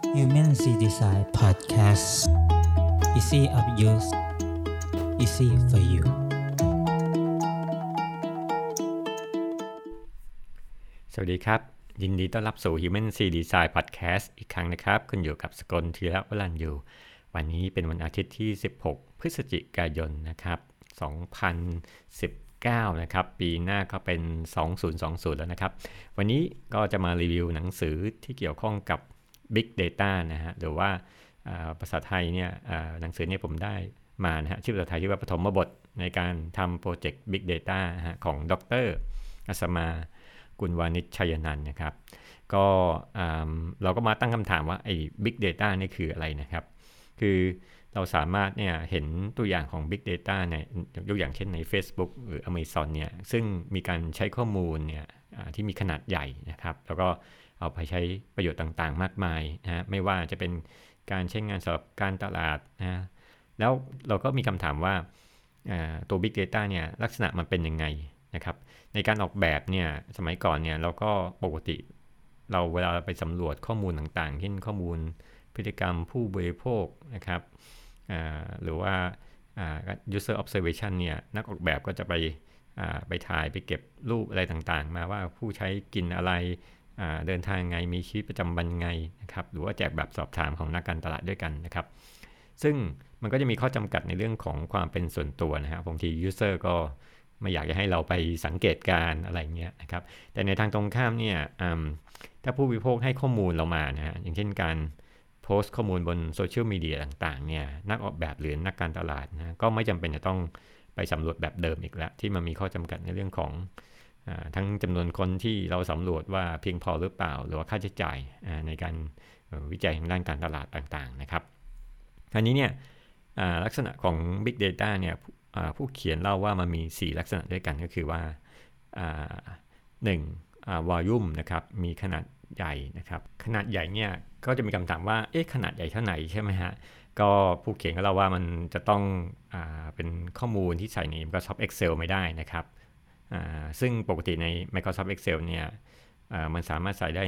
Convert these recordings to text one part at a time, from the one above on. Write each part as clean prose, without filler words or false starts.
Human C Design Podcast Easy of Use Easy for you สวัสดีครับยินดีต้อนรับสู่ Human C Design Podcast อีกครั้งนะครับคุณอยู่กับสกลธีระวรัญยูวันนี้เป็นวันอาทิตย์ที่16พฤศจิกายนนะครับ2019นะครับปีหน้าก็เป็น2020แล้วนะครับวันนี้ก็จะมารีวิวหนังสือที่เกี่ยวข้องกับ Big Data นะฮะหรือว่าภาษาไทยเนี่ยหนังสือเนี่ยผมได้มานะฮะชื่อภาษาไทยที่ว่าปฐมบทในการทำโปรเจกต์ Big Data นะฮะของดร.อัศมากุลวานิชชัยนันท์นะครับก็เราก็มาตั้งคำถามว่าไอ้ Big Data นี่คืออะไรนะครับคือเราสามารถเนี่ยเห็นตัวอย่างของ Big Data เนี่ยยกอย่างเช่นใน Facebook หรือ Amazon เนี่ยซึ่งมีการใช้ข้อมูลเนี่ยที่มีขนาดใหญ่นะครับแล้วก็เอาไปใช้ประโยชน์ต่างๆมากมายนะไม่ว่าจะเป็นการใช้งานสำหรับการตลาดนะแล้วเราก็มีคำถามว่าตัว Big Data เนี่ยลักษณะมันเป็นยังไงนะครับในการออกแบบเนี่ยสมัยก่อนเนี่ยเราก็ปกติเราเวลาไปสำรวจข้อมูลต่างๆเช่นข้อมูลพฤติกรรมผู้บริโภคนะครับหรือว่าuser observation เนี่ยนักออกแบบก็จะไปถ่ายไปเก็บรูปอะไรต่างๆมาว่าผู้ใช้กินอะไรเดินทางไงมีชีวิตประจำวันไงนะครับหรือว่าแจกแบบสอบถามของนักการตลาดด้วยกันนะครับซึ่งมันก็จะมีข้อจำกัดในเรื่องของความเป็นส่วนตัวนะครับบางที user ก็ไม่อยากจะให้เราไปสังเกตการอะไรเงี้ยนะครับแต่ในทางตรงข้ามเนี่ยถ้าผู้บริโภคให้ข้อมูลเรามานะฮะอย่างเช่นการโพสต์ข้อมูลบนโซเชียลมีเดียต่างๆเนี่ยนักออกแบบหรือนักการตลาดนะก็ไม่จำเป็นจะต้องไปสำรวจแบบเดิมอีกแล้วที่มันมีข้อจำกัดในเรื่องของทั้งจำนวนคนที่เราสำรวจว่าเพียงพอหรือเปล่าหรือว่าค่าใช้จ่ายในการวิจัยทางด้านการตลาดต่างๆนะครับคราวนี้เนี่ยลักษณะของ Big Data เนี่ยผู้เขียนเล่าว่ามันมี4ลักษณะด้วยกันก็คือว่า1 volume นะครับมีขนาดใหญ่นะครับขนาดใหญ่เนี่ยก็จะมีคำถามว่าขนาดใหญ่เท่าไหร่ใช่ไหมฮะก็ผู้เขียนก็เล่าว่ามันจะต้องเป็นข้อมูลที่ใส่ใน Microsoft Excel ไม่ได้นะครับซึ่งปกติใน Microsoft Excel เนี่ยมันสามารถใส่ได้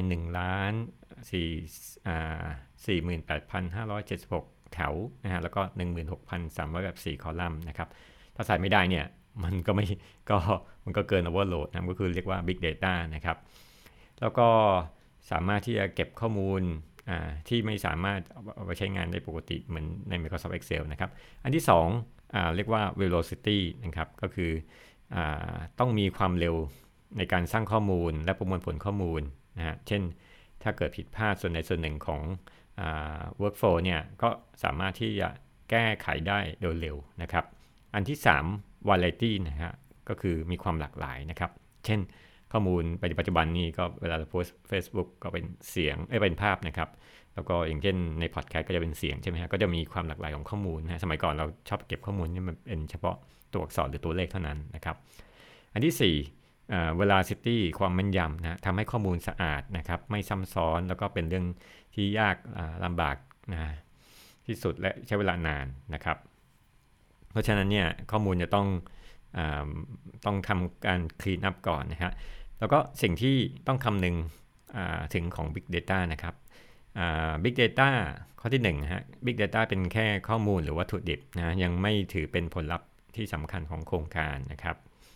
1,48,576 แถวนะฮะแล้วก็ 16,304 คอลัมน์นะครับถ้าใส่ไม่ได้เนี่ยมันก็เกิน overload นะก็คือเรียกว่า Big Data นะครับแล้วก็สามารถที่จะเก็บข้อมูลที่ไม่สามารถเอาไปใช้งานได้ปกติเหมือนใน Microsoft Excel นะครับอันที่2เรียกว่า velocity นะครับก็คือต้องมีความเร็วในการสร้างข้อมูลและประมวลผลข้อมูลนะฮะเช่นถ้าเกิดผิดพลาดส่วนใดส่วนหนึ่งของworkflow เนี่ยก็สามารถที่จะแก้ไขได้โดยเร็วนะครับอันที่3 variety นะฮะก็คือมีความหลากหลายนะครับเช่นข้อมูลปัจจุบันนี้ก็เวลาเราโพสต์ Facebook ก็เป็นเสียงเป็นภาพนะครับแล้วก็อย่างเช่นในพอดแคสต์ก็จะเป็นเสียงใช่ไหมฮะก็จะมีความหลากหลายของข้อมูลนะสมัยก่อนเราชอบเก็บข้อมูลนี่มันเป็นเฉพาะตัวอักษรหรือตัวเลขเท่านั้นนะครับอันที่4velocity ความแม่นยำนะทำให้ข้อมูลสะอาดนะครับไม่ซ้ำซ้อนแล้วก็เป็นเรื่องที่ยากลำบากนะที่สุดและใช้เวลานานนะครับเพราะฉะนั้นเนี่ยข้อมูลจะต้องทำการ clean up ก่อนนะฮะแล้วก็สิ่งที่ต้องคำนึงถึงของ Big Data นะครับBig Data ข้อที่1นะฮะ Big Data เป็นแค่ข้อมูลหรือวัตถุดิบนะยังไม่ถือเป็นผลลัพธ์ที่สำคัญของโครงการนะครับ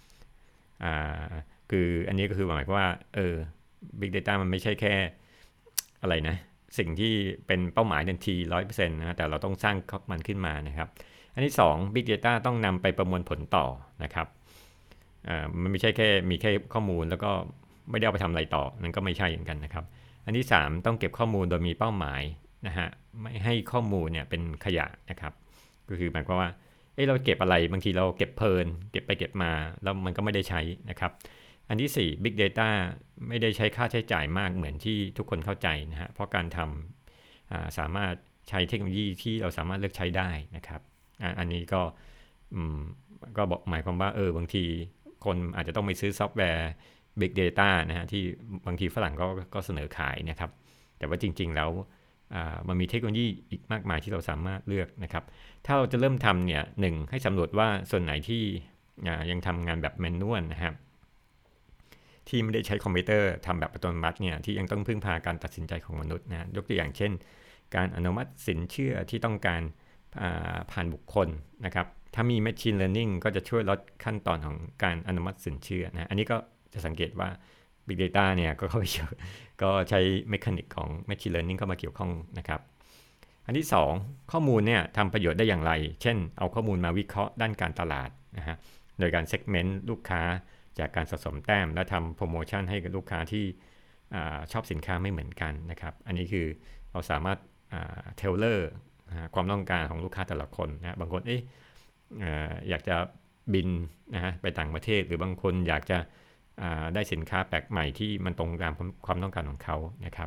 คืออันนี้ก็คือหมายความว่าBig Data มันไม่ใช่แค่อะไรนะสิ่งที่เป็นเป้าหมายทันที 100% นะแต่เราต้องสร้างมันขึ้นมานะครับอันที่2 Big Data ต้องนำไปประมวลผลต่อนะครับมันไม่ใช่แค่มีแค่ข้อมูลแล้วก็ไม่ได้เอาไปทำอะไรต่อนั่นก็ไม่ใช่เหมือนกันนะครับอันที่3ต้องเก็บข้อมูลโดยมีเป้าหมายนะฮะไม่ให้ข้อมูลเนี่ยเป็นขยะนะครับก็คือหมายความว่าเราเก็บอะไรบางทีเราเก็บเพลินเก็บไปเก็บมาแล้วมันก็ไม่ได้ใช้นะครับอันที่4 Big Data ไม่ได้ใช้ค่าใช้จ่ายมากเหมือนที่ทุกคนเข้าใจนะฮะเพราะการทำสามารถใช้เทคโนโลยีที่เราสามารถเลือกใช้ได้นะครับอันนี้ก็บอกหมายความว่าบางทีคนอาจจะต้องไปซื้อซอฟต์แวร์ Big Data นะฮะที่บางทีฝรั่งก็เสนอขายนะครับแต่ว่าจริงๆแล้วมันมีเทคโนโลยีอีกมากมายที่เราสามารถเลือกนะครับถ้าเราจะเริ่มทำเนี่ย1ให้สำรวจว่าส่วนไหนที่ยังทำงานแบบแมนนวลนะครับที่ไม่ได้ใช้คอมพิวเตอร์ทำแบบอัตโนมัติเนี่ยที่ยังต้องพึ่งพาการตัดสินใจของมนุษย์นะยกตัวอย่างเช่นการอนุมัติสินเชื่อที่ต้องการผ่านบุคคลนะครับถ้ามี Machine Learning ก็จะช่วยลดขั้นตอนของการอนุมัติสินเชื่อนะอันนี้ก็จะสังเกตว่า Big Data เนี่ยก็เข้าไปก็ใช้เมคานิกของ Machine Learning เข้ามาเกี่ยวข้องนะครับอันที่2ข้อมูลเนี่ยทำประโยชน์ได้อย่างไรเช่นเอาข้อมูลมาวิเคราะห์ด้านการตลาดนะฮะโดยการเซกเมนต์ลูกค้าจากการสะสมแต้มและทำโปรโมชั่นให้กับลูกค้าที่ชอบสินค้าไม่เหมือนกันนะครับอันนี้คือเราสามารถเทเลอร์ความต้องการของลูกค้าแต่ละคนนะบางคนอยากจะบินนะฮะไปต่างประเทศหรือบางคนอยากจะได้สินค้าแปลกใหม่ที่มันตรงตามความต้องการของเขานะครับ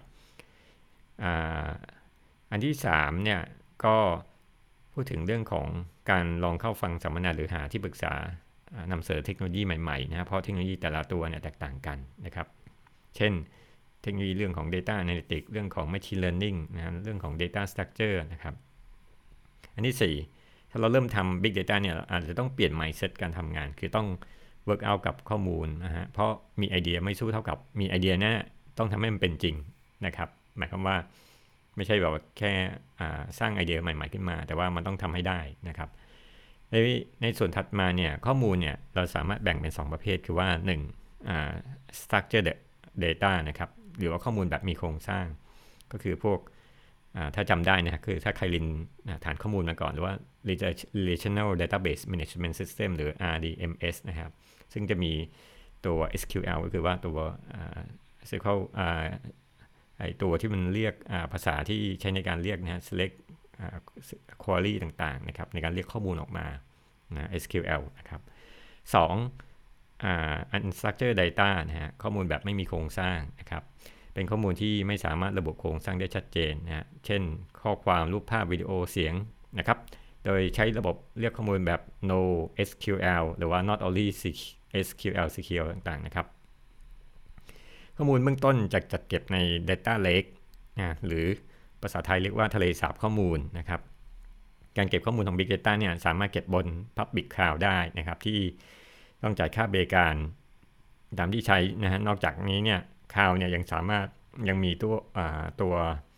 อันที่3เนี่ยก็พูดถึงเรื่องของการลองเข้าฟังสัมมนาหรือหาที่ปรึกษานำเสนอเทคโนโลยีใหม่ๆนะเพราะเทคโนโลยีแต่ละตัวเนี่ยแตกต่างกันนะครับเช่นเทคโนโลยีเรื่องของ Data Analytics เรื่องของ Machine Learning นะเรื่องของ Data Structure นะครับอันที่4ถ้าเราเริ่มทำ Big Data เนี่ยอาจจะต้องเปลี่ยน mindset การทำงานคือต้อง work out กับข้อมูลนะฮะเพราะมีไอเดียไม่สู้เท่ากับมีไอเดียเนี่ยต้องทำให้มันเป็นจริงนะครับหมายความว่าไม่ใช่แบบแค่สร้างไอเดียใหม่ๆขึ้นมาแต่ว่ามันต้องทำให้ได้นะครับในส่วนถัดมาเนี่ยข้อมูลเนี่ยเราสามารถแบ่งเป็น2ประเภทคือว่า1 structured data นะครับหรือว่าข้อมูลแบบมีโครงสร้างก็คือพวกถ้าจำได้นะคือถ้าใครเรียนฐานข้อมูลมาก่อนหรือว่า relational database management system หรือ RDMS นะครับซึ่งจะมีตัว SQL ก็คือว่าตัวSQL ไอตัวที่มันเรียกภาษาที่ใช้ในการเรียกนะฮะ select query ต่างๆนะครับในการเรียกข้อมูลออกมานะ SQL นะครับ2 unstructured data นะฮะข้อมูลแบบไม่มีโครงสร้างนะครับเป็นข้อมูลที่ไม่สามารถระบุโครงสร้างได้ชัดเจนนะฮะเช่นข้อความรูปภาพวิดีโอเสียงนะครับโดยใช้ระบบเรียกข้อมูลแบบ NoSQL หรือว่า Not Only SQL secure ต่างๆนะครับข้อมูลเบื้องต้นจะจัดเก็บใน Data Lake หรือภาษาไทยเรียกว่าทะเลสาบข้อมูลนะครับการเก็บข้อมูลของ Big Data เนี่ยสามารถเก็บบน Public Cloud ได้นะครับที่ต้องจ่ายค่าบริการตามที่ใช้นะฮะนอกจากนี้เนี่ย Cloud เนี่ยยังมีตัว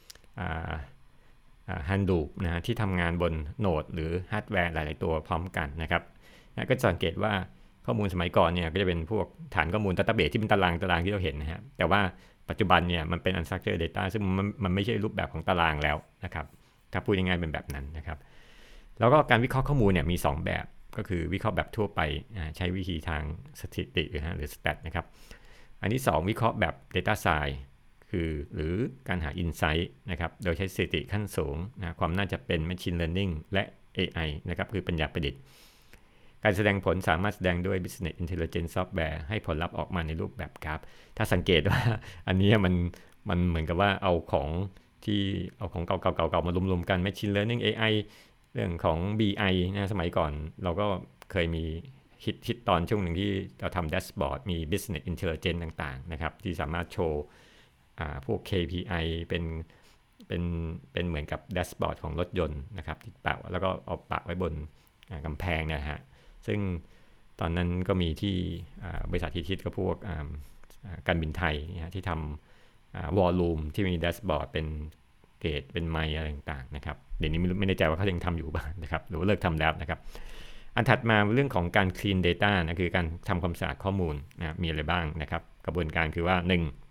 Hadoop นะฮะที่ทำงานบนโนดหรือฮาร์ดแวร์หลายๆตัวพร้อมกันนะครับก็สังเกตว่าข้อมูลสมัยก่อนเนี่ยก็จะเป็นพวกฐานข้อมูล database ที่เป็นตารางที่เราเห็นนะฮะแต่ว่าปัจจุบันเนี่ยมันเป็น unstructured data ซึ่งมันไม่ใช่รูปแบบของตารางแล้วนะครับถ้าพูดง่ายๆเป็นแบบนั้นนะครับแล้วก็การวิเคราะห์ข้อมูลเนี่ยมี2แบบก็คือวิเคราะห์แบบทั่วไปใช้วิธีทางสถิติหรือ stat นะครับอันที่2วิเคราะห์แบบ data science หรือการหา insight นะครับโดยใช้สถิติขั้นสูงนะความน่าจะเป็น machine learning และ AI นะครับคือปัญญาประดิษฐ์การแสดงผลสามารถแสดงด้วย business intelligence software ให้ผลลัพธ์ออกมาในรูปแบบกราฟถ้าสังเกตว่าอันนี้มันเหมือนกับว่าเอาของเก่าๆมารวมๆกัน machine learning AI เรื่องของ BI นะสมัยก่อนเราก็เคยมีฮิตตอนช่วงหนึ่งที่เราทำแดชบอร์ดมี business intelligence ต่างๆนะครับที่สามารถโชว์พวก KPI เป็นเหมือนกับแดชบอร์ดของรถยนต์นะครับที่แปะแล้วก็เอาปะไว้บนกำแพงนะฮะซึ่งตอนนั้นก็มีที่บริษัทที่คิดก็พวกการบินไทยที่ทำวอลลุ่มที่มีแดชบอร์ดเป็นเกจเป็นไมล์อะไรต่างๆนะครับเดี๋ยวนี้ไม่แน่ใจว่าเขายังทำอยู่บ้างนะครับหรือว่าเลิกทำแล้วนะครับอันถัดมาเรื่องของการ clean data นะคือการทำความสะอาดข้อมูลนะมีอะไรบ้างนะครับกระบวนการคือว่า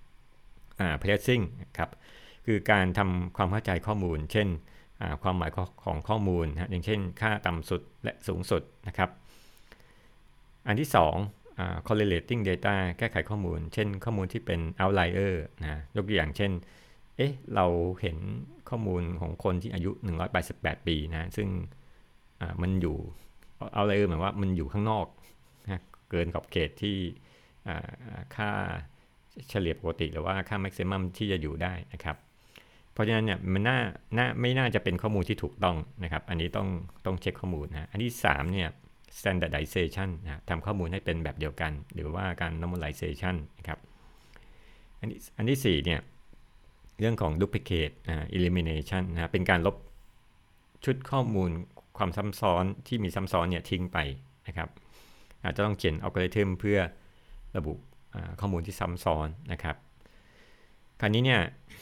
1 parsing ครับคือการทำความเข้าใจข้อมูลเช่นความหมายของข้อมูลนะอย่างเช่นค่าต่ำสุดและสูงสุดนะครับอันที่2correlating data แก้ไขข้อมูลเช่นข้อมูลที่เป็น outlier นะยกตัวอย่างเช่นเราเห็นข้อมูลของคนที่อายุ188ปีนะซึ่งมันอยู่ outlier หมายว่ามันอยู่ข้างนอกนะเกินขอบเขตที่ค่าเฉลี่ยปกติหรือว่าค่า maximum ที่จะอยู่ได้นะครับเพราะฉะนั้นเนี่ยมันไม่น่าจะเป็นข้อมูลที่ถูกต้องนะครับอันนี้ต้องเช็คข้อมูลนะอันที่3เนี่ย standardization นะทำข้อมูลให้เป็นแบบเดียวกันหรือว่าการ normalization นะครับอันที่4เนี่ยเรื่องของ duplicate elimination นะเป็นการลบชุดข้อมูลความซ้ำซ้อนที่มีซ้ำซ้อนเนี่ยทิ้งไปนะครับอาจจะต้องเขียนอัลกอริทึมเพื่อระบุข้อมูลที่ซ้ำซ้อนนะครับคราวนี้เนี่ย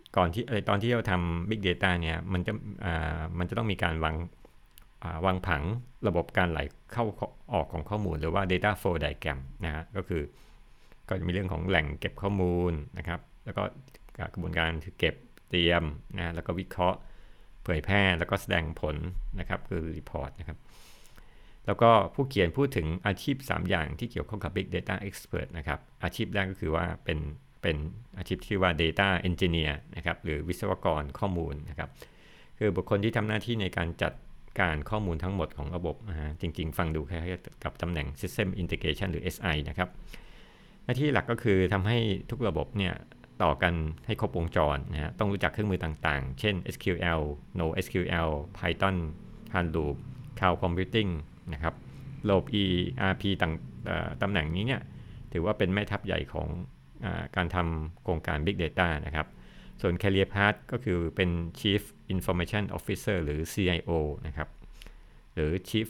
ตอนที่เราทำ Big Data เนี่ยมันจะต้องมีการวางผังระบบการไหลเข้าออกของข้อมูลหรือว่า Data Flow Diagram นะฮะก็จะมีเรื่องของแหล่งเก็บข้อมูลนะครับแล้วก็กระบวนการคือเก็บเตรียมนะแล้วก็วิเคราะห์เผยแพร่แล้วก็แสดงผลนะครับคือ Report นะครับแล้วก็ผู้เขียนพูดถึงอาชีพ3อย่างที่เกี่ยวข้องกับ Big Data Expert นะครับอาชีพแรกก็คือว่าเป็นอาชีพที่ชื่อว่า Data Engineer นะครับหรือวิศวกรข้อมูลนะครับคือบุคคลที่ทำหน้าที่ในการจัดการข้อมูลทั้งหมดของระบบจริงๆฟังดูคล้ายๆกับตำแหน่ง System Integration หรือ SI นะครับหน้าที่หลักก็คือทำให้ทุกระบบเนี่ยต่อกันให้ครบวงจรนะฮะต้องรู้จักเครื่องมือต่างๆเช่น SQL NoSQL Python Hadoop Cloud Computing นะครับระบบ ERP ตำแหน่งนี้เนี่ยถือว่าเป็นแม่ทัพใหญ่ของการทำโครงการ Big Data นะครับส่วน Career Path ก็คือเป็น Chief Information Officer หรือ CIO นะครับหรือ Chief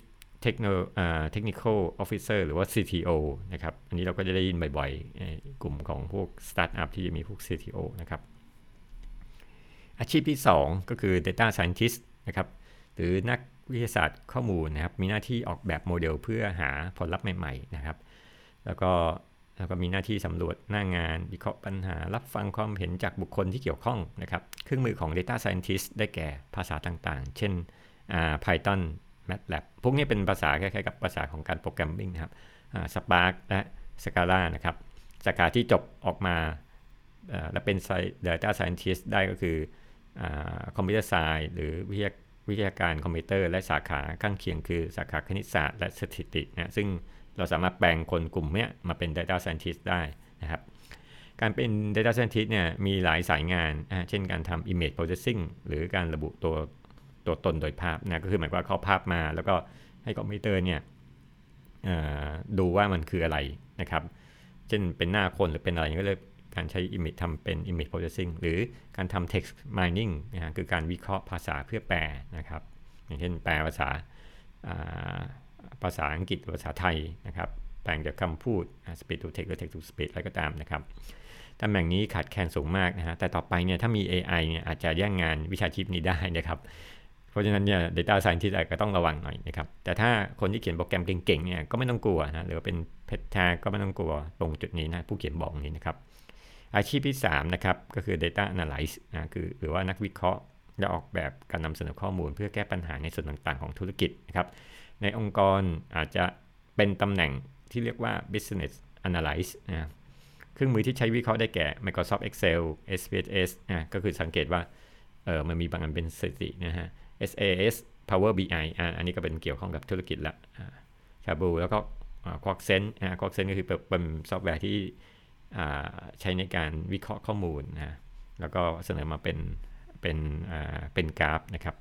Technical Officer หรือว่า CTO นะครับอันนี้เราก็จะได้ยินบ่อยๆในกลุ่มของพวก Startup ที่จะมีพวก CTO นะครับอาชีพที่2ก็คือ Data Scientist นะครับหรือนักวิทยาศาสตร์ข้อมูลนะครับมีหน้าที่ออกแบบโมเดลเพื่อหาผลลัพธ์ใหม่ๆนะครับแล้วก็มีหน้าที่สำรวจหน้างานวิเคราะห์ปัญหารับฟังความเห็นจากบุคคลที่เกี่ยวข้องนะครับเครื่องมือของ Data Scientist ได้แก่ภาษาต่างๆเช่นPython MATLAB พวกนี้เป็นภาษาคล้ายๆกับภาษาของการโปรแกรมมิ่งนะครับSpark และ Scala นะครับสาขาที่จบออกมาและเป็น Data Scientist ได้ก็คือComputer Science หรือวิทยาการคอมพิวเตอร์และสาขาข้างเคียงคือสาขาคณิตศาสตร์และสถิตินะซึ่งเราสามารถแปลงคนกลุ่มนี้มาเป็น Data Scientist ได้นะครับการเป็น Data Scientist เนี่ยมีหลายสายงานเช่นการทำ Image Processing หรือการระบุตัวตนโดยภาพนะก็คือหมายความว่าเขาภาพมาแล้วก็ให้คอมพิวเตอร์เนี่ยดูว่ามันคืออะไรนะครับเช่นเป็นหน้าคนหรือเป็นอะไรก็เลยการใช้ image ทำเป็น image processing หรือการทำ text mining นะฮะคือการวิเคราะห์ภาษาเพื่อแปลนะครับอย่างเช่นแปลภาษาอังกฤษหรือภาษาไทยนะครับแปลงจากคำพูด speech to text หรือ text to speech อะไรก็ตามนะครับตำแหน่งนี้ขาดแคลนสูงมากนะฮะแต่ต่อไปเนี่ยถ้ามี AI เนี่ยอาจจะแย่งงานวิชาชีพนี้ได้นะครับเพราะฉะนั้นเนี่ย Data Scientist ก็ต้องระวังหน่อยนะครับแต่ถ้าคนที่เขียนโปรแกรมเก่งๆเนี่ยก็ไม่ต้องกลัวนะหรือว่าเป็นเพชรแท้ก็ไม่ต้องกลัวตรงจุดนี้นะผู้เขียนบอกนี้นะครับอาชีพที่3นะครับก็คือ Data Analyst นะคือหรือว่านักวิเคราะห์และออกแบบการนำเสนอข้อมูลเพื่อแก้ปัญหาในส่วนต่างๆของธุรกิจนะครับในองค์กรอาจจะเป็นตำแหน่งที่เรียกว่า Business Analyst นะเครื่องมือที่ใช้วิเคราะห์ได้แก่ Microsoft Excel SPSS นะก็คือสังเกตว่ามันมีบางอันเป็นสถิตินะฮะSAS Power BI อันนี้ก็เป็นเกี่ยวข้องกับธุรกิจละTableau แล้วก็ Quarksense Quarksense ก็คือเป็นซอฟต์แวร์ที่ใช้ในการวิเคราะห์ข้อมูลนะแล้วก็เสนอมาเป็นกราฟนะครับ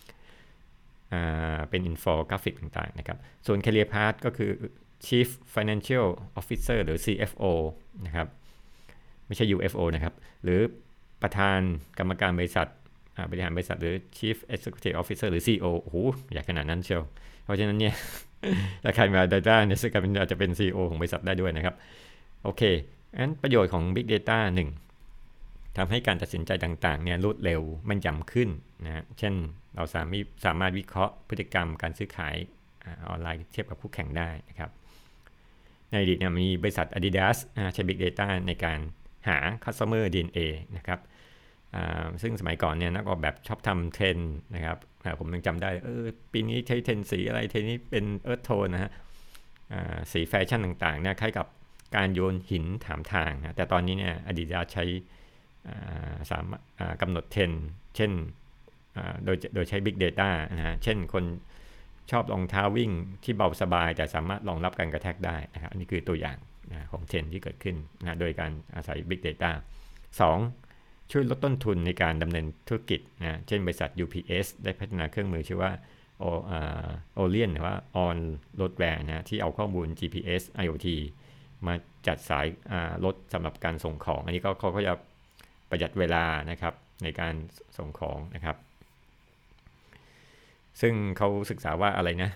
เป็นอินโฟกราฟิกต่างๆนะครับส่วน Career Path ก็คือ Chief Financial Officer หรือ CFO นะครับไม่ใช่ UFO นะครับหรือประธานกรรมการบริหารบริษัทหรือ Chief Executive Officer หรือ CEO โอ้โหใหญ่ขนาดนั้นเชียวเพราะฉะนั้นเนี่ยถ้าใครมา Data เนี่ยอาจจะเป็น CEO ของบริษัทได้ด้วยนะครับโอเคงั้นประโยชน์ของ Big Data 1ทำให้การตัดสินใจต่างๆเนี่ยรวดเร็วแม่นยำขึ้นนะเช่นเราสามารถวิเคราะห์พฤติกรรมการซื้อขายออนไลน์เทียบกับคู่แข่งได้นะครับในอดีตเนี่ยมีบริษัท Adidas ใช้ Big Data ในการหา Customer DNA นะครับซึ่งสมัยก่อนเนี่ยนักออกแบบชอบทำเทรนนะครับผมยังจำได้ปีนี้ใช้เทรนสีอะไรเทรนนี้เป็นเอิร์ธโทนนะฮะสีแฟชั่นต่างๆเนี่ยคล้ายกับการโยนหินถามทางนะแต่ตอนนี้เนี่ย Adidas ใช้สามารถกำหนดเทรนเช่นโดยใช้ Big Data นะฮะเช่นคนชอบรองเท้าวิ่งที่เบาสบายแต่สามารถรองรับการกระแทกได้นะครับอันนี้คือตัวอย่างของเทรนที่เกิดขึ้นนะโดยการอาศัย Big Data 2ช่วยลดต้นทุนในการดำเนินธุรกิจนะเช่นบริษัท UPS ได้พัฒนาเครื่องมือชื่อว่าOrion หรือว่า On Roadware นะที่เอาข้อมูล GPS IoT มาจัดสายรถสำหรับการส่งของอันนี้ก็เขาก็จะประหยัดเวลานะครับในการส่งของนะครับซึ่งเขาศึกษาว่าอะไรนะรถ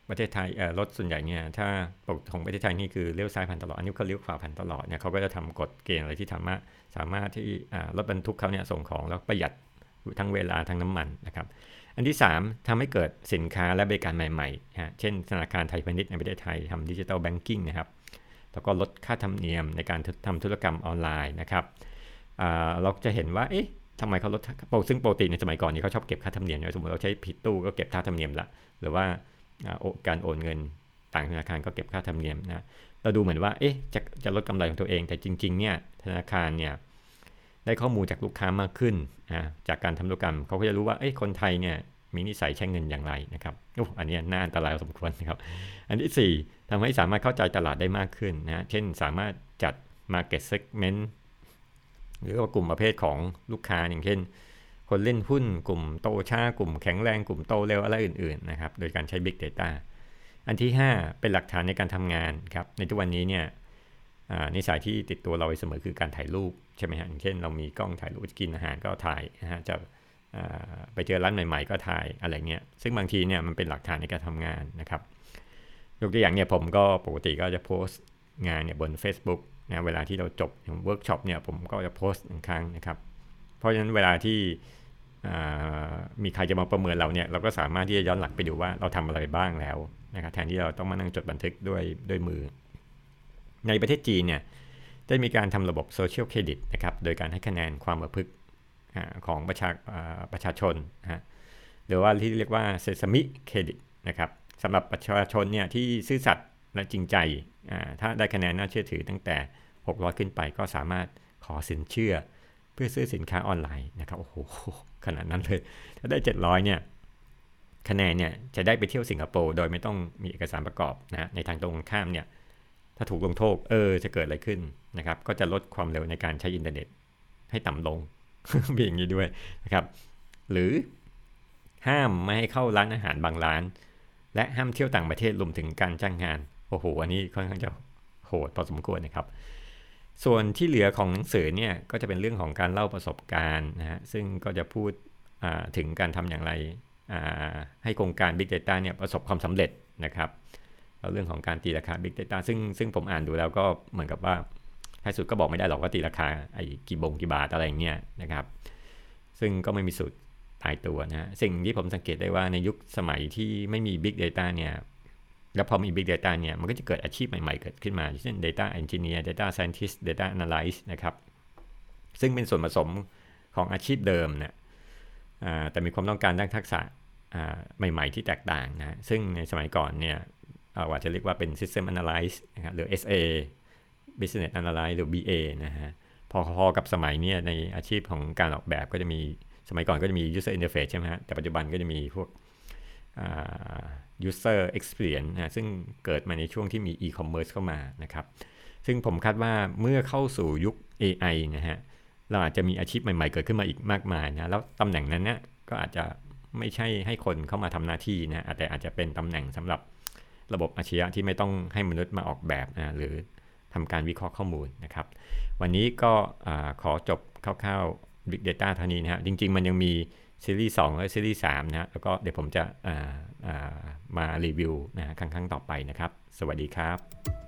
ประเทศไทยรถส่วนใหญ่เนี่ยถ้าปกของประเทศไทยนี่คือเลี้ยวซ้ายผ่านตลอดอันนี้เขาเลี้ยวขวาผ่านตลอดเนี่ยเขาก็จะทำกฎเกณฑ์อะไรที่สามารถที่รถบรรทุกเขาเนี่ยส่งของแล้วประหยัดทั้งเวลาทั้งน้ำมันนะครับอันที่3ทำให้เกิดสินค้าและบริการใหม่ๆเช่นธนาคารไทยพาณิชย์ในประเทศไทยทำดิจิทัลแบงกิ้งนะครับแล้วก็ลดค่าธรรมเนียมในการทำธุรกรรมออนไลน์นะครับเราจะเห็นว่าทำไมเขาลดซึ่งปกติในสมัยก่อนนี่เขาชอบเก็บค่าธรรมเนียมสมมติเราใช้ผิดตู้ก็เก็บค่าธรรมเนียมละหรือว่าการโอนเงินต่างธนาคารก็เก็บค่าธรรมเนียมนะเราดูเหมือนว่าจะลดกำไรของตัวเองแต่จริงๆเนี่ยธนาคารเนี่ยได้ข้อมูลจากลูกค้ามากขึ้นจากการทำธุรกรรมเขาก็จะรู้ว่าคนไทยเนี่ยมีนิสัยใช้เงินอย่างไรนะครับอันนี้น่าอันตรายพอสมควรนะครับอันที่4ทำให้สามารถเข้าใจตลาดได้มากขึ้นนะเช่นสามารถจัด market segment หรือว่ากลุ่มประเภทของลูกค้าอย่างเช่นคนเล่นหุ้นกลุ่มโตช้ากลุ่มแข็งแรงกลุ่มโตเร็วอะไรอื่นๆนะครับโดยการใช้ Big Data อันที่5เป็นหลักฐานในการทำงานครับในทุกวันนี้เนี่ยนิสัยที่ติดตัวเราเสมอคือการถ่ายรูปใช่ไหมฮะอย่างเช่นเรามีกล้องถ่ายรูปกินอาหารก็ถ่ายนะฮะจะไปเจอร้านใหม่ๆก็ถ่ายอะไรเงี้ยซึ่งบางทีเนี่ยมันเป็นหลักฐานในการทำงานนะครับยกตัวอย่างเนี่ยผมก็ปกติก็จะโพสต์งานเนี่ยบน Facebook นะเวลาที่เราจบเวิร์กช็อปเนี่ยผมก็จะโพสต์1ครั้งนะครับเพราะฉะนั้นเวลาที่มีใครจะมาประเมินเราเนี่ยเราก็สามารถที่จะย้อนหลังไปดูว่าเราทำอะไรบ้างแล้วนะครับแทนที่เราต้องมานั่งจดบันทึกด้วยมือในประเทศจีนเนี่ยได้มีการทำระบบโซเชียลเครดิตนะครับโดยการให้คะแนนความประพฤติของประชาชนหรือว่าที่เรียกว่าเซซามิเครดิตนะครับสำหรับประชาชนเนี่ยที่ซื่อสัตย์และจริงใจถ้าได้คะแนนน่าเชื่อถือตั้งแต่600ขึ้นไปก็สามารถขอสินเชื่อเพื่อซื้อสินค้าออนไลน์นะครับโอ้โหขนาดนั้นเลยถ้าได้700เนี่ยคะแนนเนี่ยจะได้ไปเที่ยวสิงคโปร์โดยไม่ต้องมีเอกสารประกอบนะในทางตรงข้ามเนี่ยถ้าถูกลงโทษจะเกิดอะไรขึ้นนะครับก็จะลดความเร็วในการใช้อินเทอร์เน็ตให้ต่ำลง มีอย่างนี้ด้วยนะครับหรือห้ามไม่ให้เข้าร้านอาหารบางร้านและห้ามเที่ยวต่างประเทศรวมถึงการจ้างงานโอ้โหอันนี้ค่อนข้างจะโหดพอสมควรนะครับส่วนที่เหลือของหนังสือเนี่ยก็จะเป็นเรื่องของการเล่าประสบการณ์นะฮะซึ่งก็จะพูดถึงการทำอย่างไรให้โครงการ Big Data เนี่ยประสบความสำเร็จนะครับแล้วเรื่องของการตีราคา Big Data ซึ่งผมอ่านดูแล้วก็เหมือนกับว่าท้ายสุดก็บอกไม่ได้หรอกว่าตีราคากี่บาทอะไรเงี้ยนะครับซึ่งก็ไม่มีสูตรตายตัวนะสิ่งที่ผมสังเกตได้ว่าในยุคสมัยที่ไม่มี Big Data เนี่ยแล้วพอมี Big Data เนี่ยมันก็จะเกิดอาชีพใหม่ๆเกิดขึ้นมาเช่น Data Engineer Data Scientist Data Analyst นะครับซึ่งเป็นส่วนผสมของอาชีพเดิมนะแต่มีความต้องการด้านทักษะใหม่ๆที่แตกต่างนะซึ่งในสมัยก่อนเนี่ยว่าจะเรียกว่าเป็น System Analyst นะครับหรือ SA Business Analyst หรือ BA นะฮะพอกับสมัยนี้ในอาชีพของการออกแบบก็จะมีสมัยก่อนก็จะมี User Interface ใช่ไหมฮะแต่ปัจจุบันก็จะมีพวกuser experience นะซึ่งเกิดมาในช่วงที่มี e-commerce เข้ามานะครับซึ่งผมคาดว่าเมื่อเข้าสู่ยุค AI นะฮะเราอาจจะมีอาชีพใหม่ๆเกิดขึ้นมาอีกมากมายนะแล้วตำแหน่งนั้นเนี่ยก็อาจจะไม่ใช่ให้คนเข้ามาทำหน้าที่นะแต่อาจจะเป็นตำแหน่งสำหรับระบบอาชญะที่ไม่ต้องให้มนุษย์มาออกแบบนะหรือทำการวิเคราะห์ข้อมูลนะครับวันนี้ก็ขอจบคร่าวๆ Big Data เท่านี้นะฮะจริงๆมันยังมีซีรีส์2และซีรีส์3นะแล้วก็เดี๋ยวผมจะมารีวิวนะครั้งต่อไปนะครับสวัสดีครับ